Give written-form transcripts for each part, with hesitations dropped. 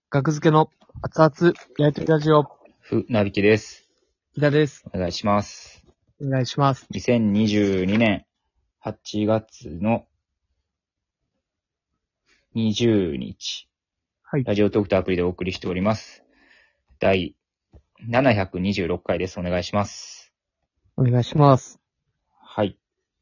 学付けの熱々やりとりラジオ、 なびきです。 木田です。 お願いします。 お願いします。 2022年8月の20日、 はい。 ラジオトークとアプリでお送りしております。第726回です。お願いします。 お願いします。 はい。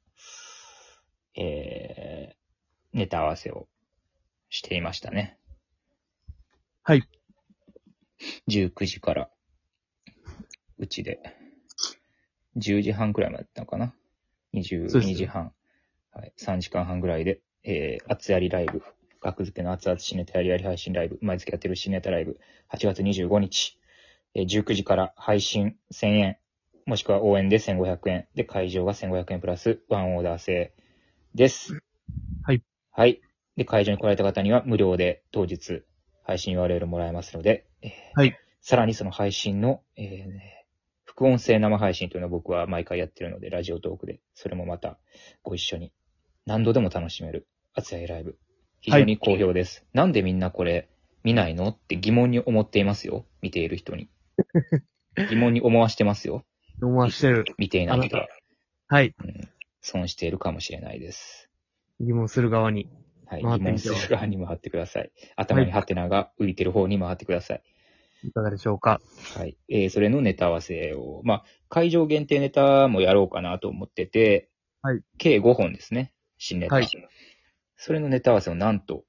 ネタ合わせをしていましたね。 はい。 19時から、うちで、10時半くらいまでやったのかな ?22 時半。はい。3時間半ぐらいで、熱やりライブ。学付けの熱々新ネタやり配信ライブ。毎月やってる新ネタライブ。8月25日。19時から配信1000円。もしくは応援で1500円。で、会場が1500円プラスワンオーダー制です。 はい。 はい。で、会場に来られた方には無料で当日配信 URL もらえますので、 はい。 さらにその配信の、副音声生配信というのを僕は毎回やってるので、ラジオトークで、それもまたご一緒に何度でも楽しめる熱いライブ。非常に好評です。なんでみんなこれ見ないのって疑問に思っていますよ。見ている人に。疑問に思わしてますよ。 思わしてる。 見ていない人は。 はい。 損しているかもしれないです。 疑問する側に。 はい。疑問する側に回ってください。頭にハテナが浮いてる方に回ってください。 いかがでしょうか。 はい。それのネタ合わせを、会場限定ネタもやろうかなと思ってて、 はい。 計5本ですね。新ネタ。 はい。 それのネタ合わせをなんと、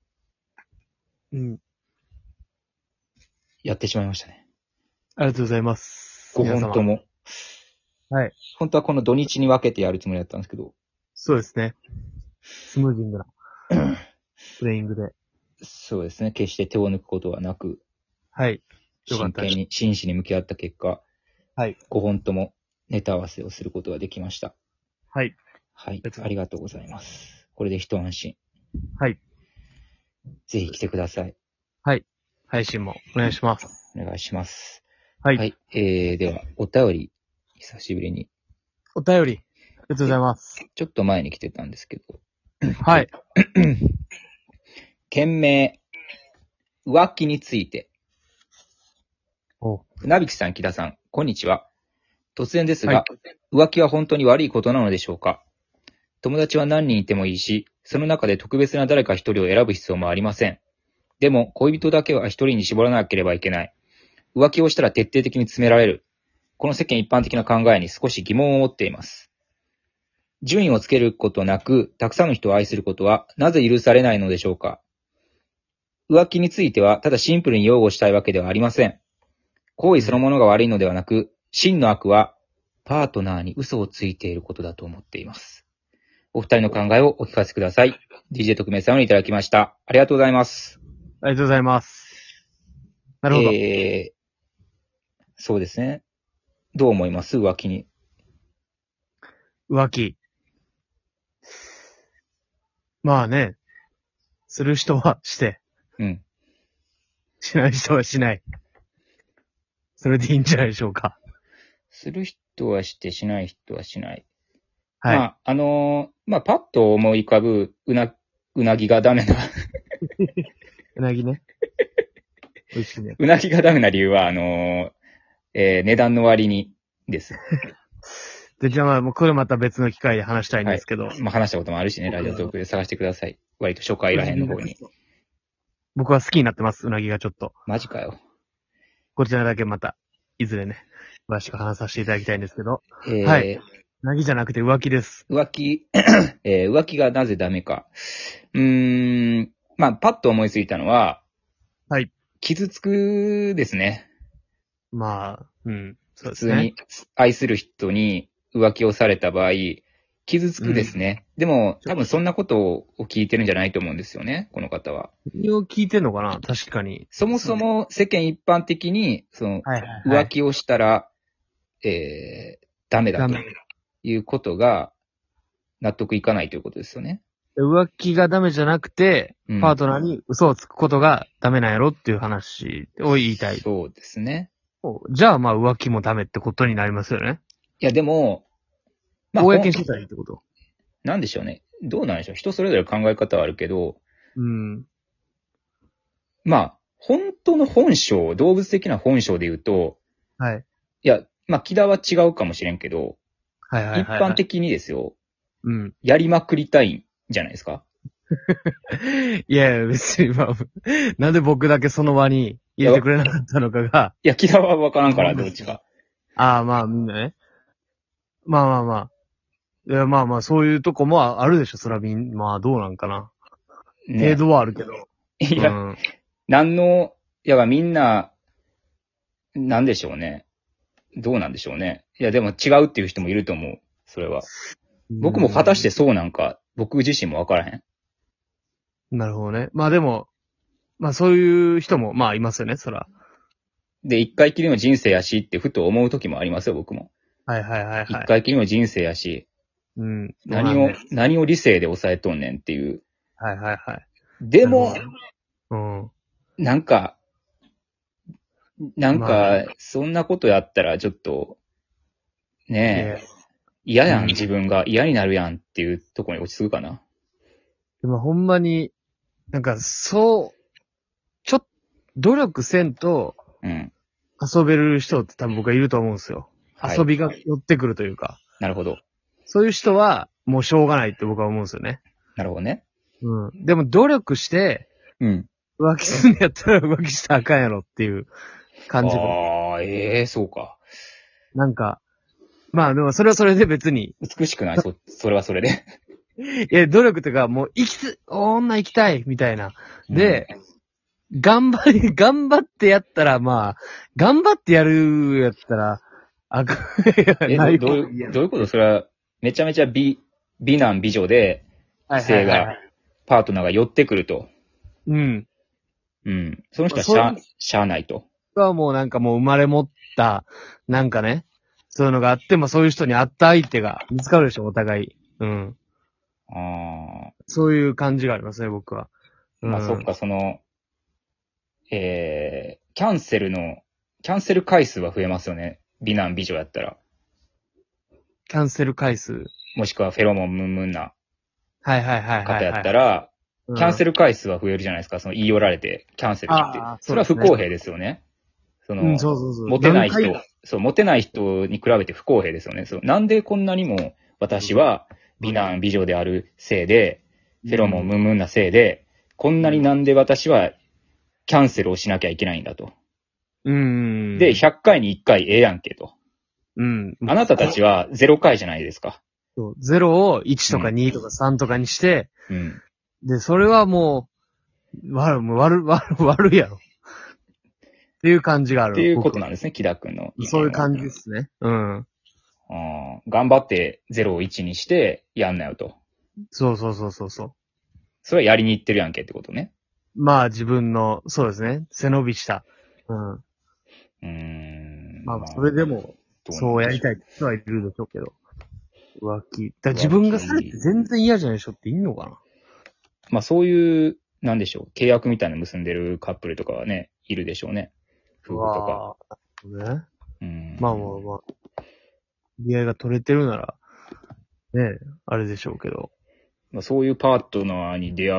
やってしまいましたね。 ありがとうございます。 5本とも。 はい。 本当はこの土日に分けてやるつもりだったんですけど。 そうですね。スムージングなプレイングで。 そうですね。決して手を抜くことはなく、 はい。 真剣に、真摯に向き合った結果、 はい。 5本ともネタ合わせをすることができました。 はい。 はい。ありがとうございます。これで一安心。 はい。 ぜひ来てください。 はい。配信もお願いします。 お願いします。 はい。 はい。では、お便り、久しぶりに。 お便り。ありがとうございます。 ちょっと前に来てたんですけど。 はい。 件名、浮気について。船引さん、木田さん、こんにちは。突然ですが、浮気は本当に悪いことなのでしょうか？友達は何人いてもいいし、その中で特別な誰か一人を選ぶ必要もありません。でも、恋人だけは一人に絞らなければいけない。浮気をしたら徹底的に詰められる。この世間一般的な考えに少し疑問を持っています。順位をつけることなく、たくさんの人を愛することは、なぜ許されないのでしょうか？浮気については、ただシンプルに擁護したいわけではありません。行為そのものが悪いのではなく、真の悪は、パートナーに嘘をついていることだと思っています。お二人の考えをお聞かせください。DJ 特命さんをいただきました。ありがとうございます。 ありがとうございます。なるほど。 そうですね。どう思います？浮気に。 浮気。まあね。する人はして。しない人はしない。それでいいんじゃないでしょうか。 する人はして、しない人はしない。 はい。 パッと思い浮かぶうなぎがダメな。 うなぎね。美味しいね。 うなぎがダメな理由は、値段の割にです。 で、じゃあもうこれまた別の機会で話したいんですけど。 話したこともあるしね、ラジオトークで探してください。割と初回らへんの方に。 僕は好きになってます、うなぎがちょっと。 マジかよ。 こちらだけまた、いずれね、詳しく話させていただきたいんですけど。はい。うなぎじゃなくて浮気です。 浮気がなぜダメか。パッと思いついたのは、 はい。 傷つくですね。 そうですね。 普通に愛する人に浮気をされた場合、傷つくですね。でも、多分そんなことを聞いてるんじゃないと思うんですよね、この方は。 何を聞いてんのかな？確かに。 そもそも世間一般的に、浮気をしたら、ダメだということが納得いかないということですよね。 浮気がダメじゃなくて、パートナーに嘘をつくことがダメなんやろっていう話を言いたい。 そうですね。 じゃあ浮気もダメってことになりますよね。 いやでも、 公にしてたらいいってこと？ なんでしょうね。どうなんでしょう。人それぞれ考え方はあるけど、 本当の本性、動物的な本性で言うと、 はい。 いや、まあ、木田は違うかもしれんけど、 はいはい一はい、はい。 般的にですよ、 うん。 やりまくりたいんじゃないですか。 いやいや、別に、まあ、なんで僕だけその場に入れてくれなかったのかが。 いや、木田はわからんから、どっちか。 ああ、まあ、みんなね。まあまあまあ。いや、まあまあ、そういうとこもあるでしょ、そらまあ、どうなんかな。 ね。 程度はあるけど。 いや、 うん、 いや、みんな、なんでしょうね。どうなんでしょうね。いや、でも違うっていう人もいると思う。それは。僕も果たしてそうなんか、僕自身もわからへん。 なるほどね。まあでも、まあそういう人も、まあいますよね、そら。 で、一回きりの人生やしってふと思う時もありますよ、僕も。 はいはいはいはい。 一回きりの人生やし、 うん。 何を理性で抑えとんねんっていう。 はいはいはい。 でも、 うん。 なんか、 まあそんなことやったらちょっと、ねえ、嫌やん、 うん自分が嫌になるやんっていうところに落ち着くかな。 でもほんまに、なんか努力せんとうん。 遊べる人って多分僕はいると思うんですよ。 はい、 遊びが寄ってくるというか。 なるほど。 そういう人は、もうしょうがないって僕は思うんですよね。 なるほどね。 うん。でも努力して、 うん。 浮気すんのやったら浮気したらあかんやろっていう感じ。 ああ、ええそうか。 なんか、まあでもそれはそれで別に、 美しくないそれはそれで。 いや、努力とかもう女行きたいみたいな。で、頑張ってやったら、まあ、頑張ってやるやったら、あかん、ないどういうことそれは、めちゃめちゃ美男美女で、異性が、パートナーが寄ってくると。 うん。 うん。その人はしゃあないと。 はもうなんかもう生まれ持った、なんかね、そういうのがあって、まあそういう人に会った相手が見つかるでしょ、お互い。うん。 ああ。 そういう感じがありますね、僕は。 まあそっか、キャンセル回数は増えますよね。美男美女やったら。 キャンセル回数。 もしくはフェロモンムンムンなはいはいはいはい、 方やったら、キャンセルル回数は増えるじゃないですか。その言い寄られて、キャンセルって。それは不公平ですよね。そうそう。 モテない人に比べて不公平ですよね。なんでこんなにも私は美男美女であるせいで、フェロモンムンムンなせいで、こんなになんで私はキャンセルをしなきゃいけないんだと。で、100回に1回ええやんけと。あなたたちは0回じゃないですか。 そう。0を1とか2とか3とかにして、で、それはもう、悪いやろ。っていう感じがある。 っていうことなんですね、木田くんの。 そういう感じですね。うん。 頑張って0を1にしてやんなよと。そう。それはやりに行ってるやんけってことね。 まあ自分の、そうですね。背伸びした。まあそれでも、そうやりたい人はいるでしょうけど。浮気。自分がされて全然嫌じゃないでしょっていいのかな。 まあそういう、なんでしょう。契約みたいなの結んでるカップルとかはね、いるでしょうね。夫婦とか。まあ。出会いが取れてるなら、ね、あれでしょうけど。 まあそういうパートナーに出会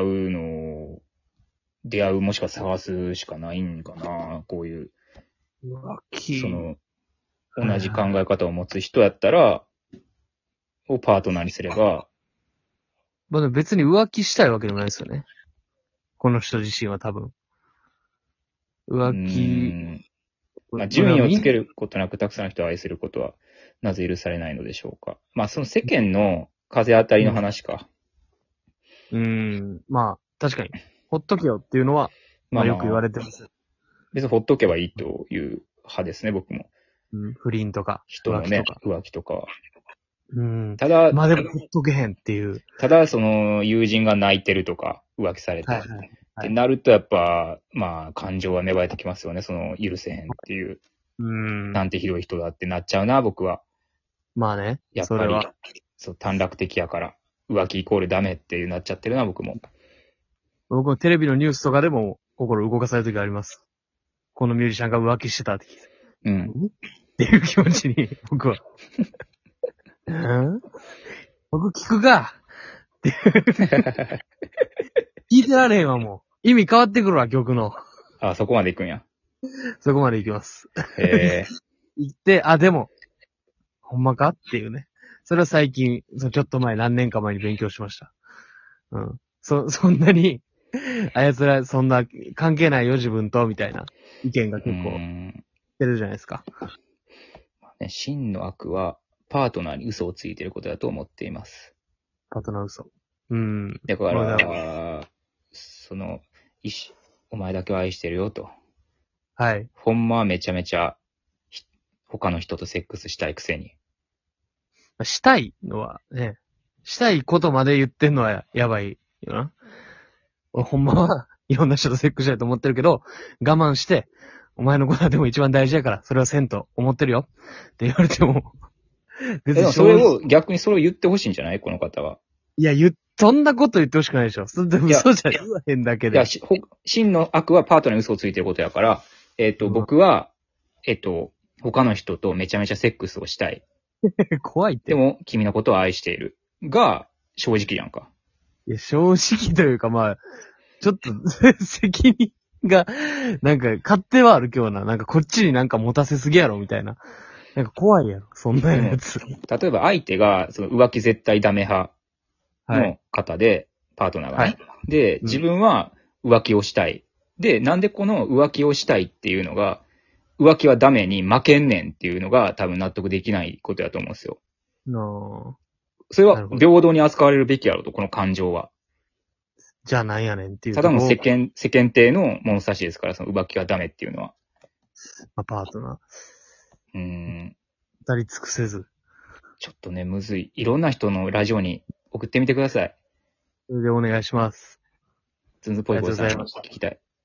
うもしくは探すしかないんかな。こういう。 浮気。 同じ考え方を持つ人やったら、をパートナーにすれば。 まあでも別に浮気したいわけでもないですよね。この人自身は多分。浮気。 まあ、順位をつけることなくたくさんの人を愛することは、なぜ許されないのでしょうか。まあその世間の風当たりの話か。 まあ、確かに。ほっとけよっていうのは、まあよく言われてます。 別にほっとけばいいという派ですね、僕も。 不倫とか。 人のね、浮気とか。 ただ、まあでもほっとけへんっていう。 ただ、友人が泣いてるとか、浮気されて。ってなると、やっぱ、まあ、感情は芽生えてきますよね。許せへんっていう。なんてひどい人だってなっちゃうな、僕は。 まあね。 やっぱり、短絡的やから、浮気イコールダメっていうなっちゃってるな、僕も。 僕もテレビのニュースとかでも心動かされる時あります。このミュージシャンが浮気してたって聞いて。っていう気持ちに、僕は。僕聞くか聞いてられへんわ、もう。意味変わってくるわ、曲の。 あ、そこまで行くんや。 そこまで行きます。 へえ。 行って、あ、でも、ほんまかっていうね。それは最近、ちょっと前、何年か前に勉強しました。うん。そんなに、あやつら、そんな、関係ないよ、自分と、みたいな意見がう結構、 ん。 出るじゃないですか。 ね、真の悪は、パートナーに嘘をついていることだと思っています。 パートナー嘘。うん。 だかまあら、お前だけを愛してるよと。 はい。 ほんまはめちゃめちゃ、他の人とセックスしたいくせに。 したいのはね、したいことまで言ってんのはやばいよな。俺ほんまはいろんな人とセックスしたいと思ってるけど、我慢して、お前のことはでも一番大事やから、それはせんと思ってるよ。って言われても、別にでもそれを、逆にそれを言ってほしいんじゃないこの方は。 いや、そんなこと言ってほしくないでしょ。それでいや嘘じゃ言わへんだけいや、 で。 真の悪はパートナーに嘘をついてることやから、 うん僕は、他の人とめちゃめちゃセックスをしたい。 怖いって。 でも、君のことを愛している。が、正直やんか。 いや、正直というかまあ、ちょっと、責任が、なんか、勝手はある今日な。なんかこっちになんか持たせすぎやろ、みたいな。なんか怖いやろ、そんなやつ。 例えば相手が、その浮気絶対ダメ派はい。 の方で、パートナーがね。 はいで、 ん自分は浮気をしたい。で、なんでこの浮気をしたいっていうのが、浮気はダメに負けんねんっていうのが多分納得できないことやと思うんですよ。 のそれはなるほど平等に扱われるべきやろと、この感情は。 じゃあなんやねんっていうただのとこを世間体の物差しですから、その浮気はダメっていうのは。 まあ、パートナー、 うーん。 二人尽くせず。 ちょっとね、むずい。いろんな人のラジオに送ってみてください。 それでお願いします。 ズンズポイポイさんありがとうございました聞きたい。